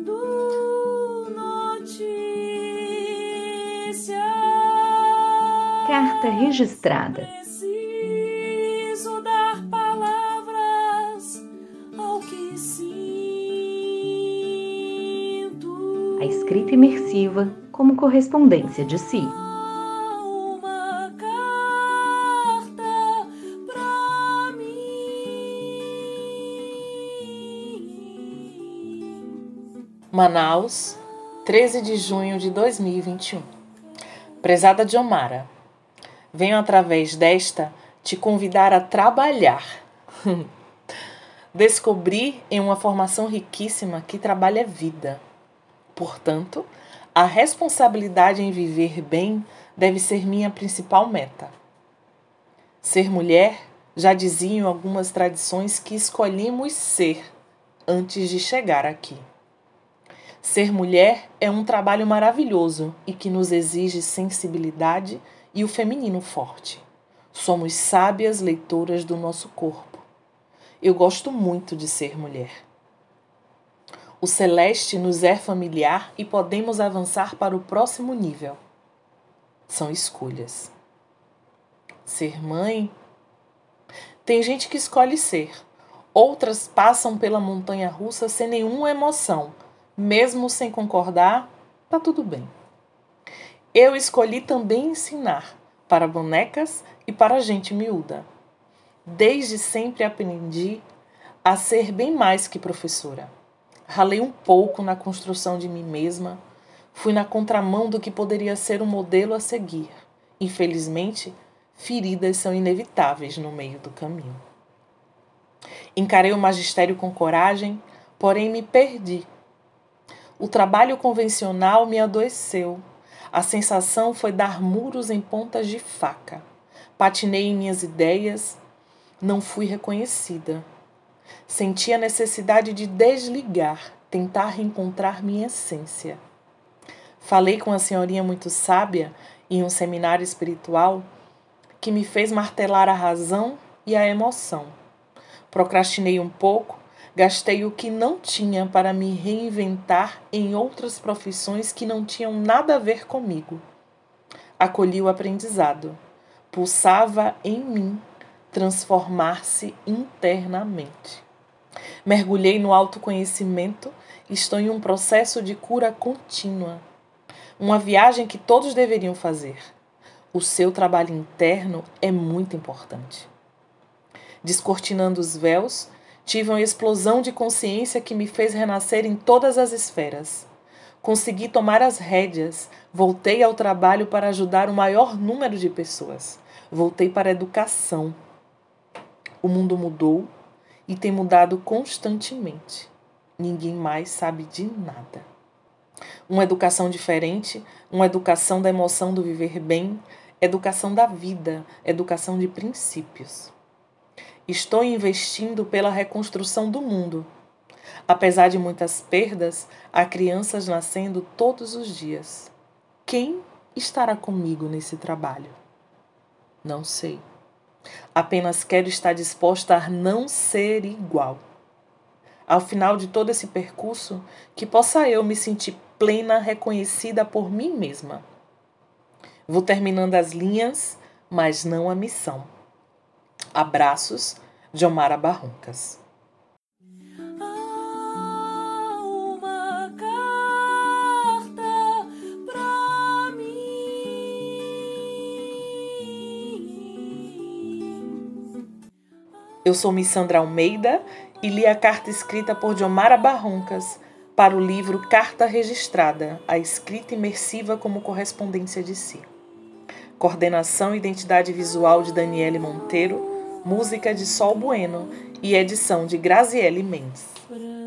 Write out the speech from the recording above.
Carta registrada. Preciso dar palavras ao que sinto. A escrita imersiva como correspondência de si. Uma carta pra mim. Manaus, 13 de junho de 2021. Prezada Diomara, venho através desta te convidar a trabalhar. Descobri em uma formação riquíssima que trabalho é vida. Portanto, a responsabilidade em viver bem deve ser minha principal meta. Ser mulher, já diziam algumas tradições que escolhemos ser antes de chegar aqui. Ser mulher é um trabalho maravilhoso e que nos exige sensibilidade e o feminino forte. Somos sábias leitoras do nosso corpo. Eu gosto muito de ser mulher. O celeste nos é familiar e podemos avançar para o próximo nível. São escolhas. Ser mãe? Tem gente que escolhe ser. Outras passam pela montanha-russa sem nenhuma emoção. Mesmo sem concordar, tá tudo bem. Eu escolhi também ensinar para bonecas e para gente miúda. Desde sempre aprendi a ser bem mais que professora. Ralei um pouco na construção de mim mesma, fui na contramão do que poderia ser um modelo a seguir. Infelizmente, feridas são inevitáveis no meio do caminho. Encarei o magistério com coragem, porém me perdi. O trabalho convencional me adoeceu. A sensação foi dar muros em pontas de faca. Patinei em minhas ideias, não fui reconhecida. Senti a necessidade de desligar, tentar reencontrar minha essência. Falei com uma senhorinha muito sábia em um seminário espiritual que me fez martelar a razão e a emoção. Procrastinei um pouco, gastei o que não tinha para me reinventar em outras profissões que não tinham nada a ver comigo. Acolhi o aprendizado. Pulsava em mim transformar-se internamente. Mergulhei no autoconhecimento e estou em um processo de cura contínua. Uma viagem que todos deveriam fazer. O seu trabalho interno é muito importante. Descortinando os véus, tive uma explosão de consciência que me fez renascer em todas as esferas. Consegui tomar as rédeas, voltei ao trabalho para ajudar o maior número de pessoas. Voltei para a educação. O mundo mudou e tem mudado constantemente. Ninguém mais sabe de nada. Uma educação diferente, uma educação da emoção do viver bem, educação da vida, educação de princípios. Estou investindo pela reconstrução do mundo. Apesar de muitas perdas, há crianças nascendo todos os dias. Quem estará comigo nesse trabalho? Não sei. Apenas quero estar disposta a não ser igual. Ao final de todo esse percurso, que possa eu me sentir plena, reconhecida por mim mesma. Vou terminando as linhas, mas não a missão. Abraços, Diomara Barroncas. Uma carta pra mim. Eu sou Miss Sandra Almeida e li a carta escrita por Diomara Barroncas para o livro Carta Registrada, a escrita imersiva como correspondência de si. Coordenação e identidade visual de Daniele Monteiro, música de Sol Bueno e edição de Graziele Mendes.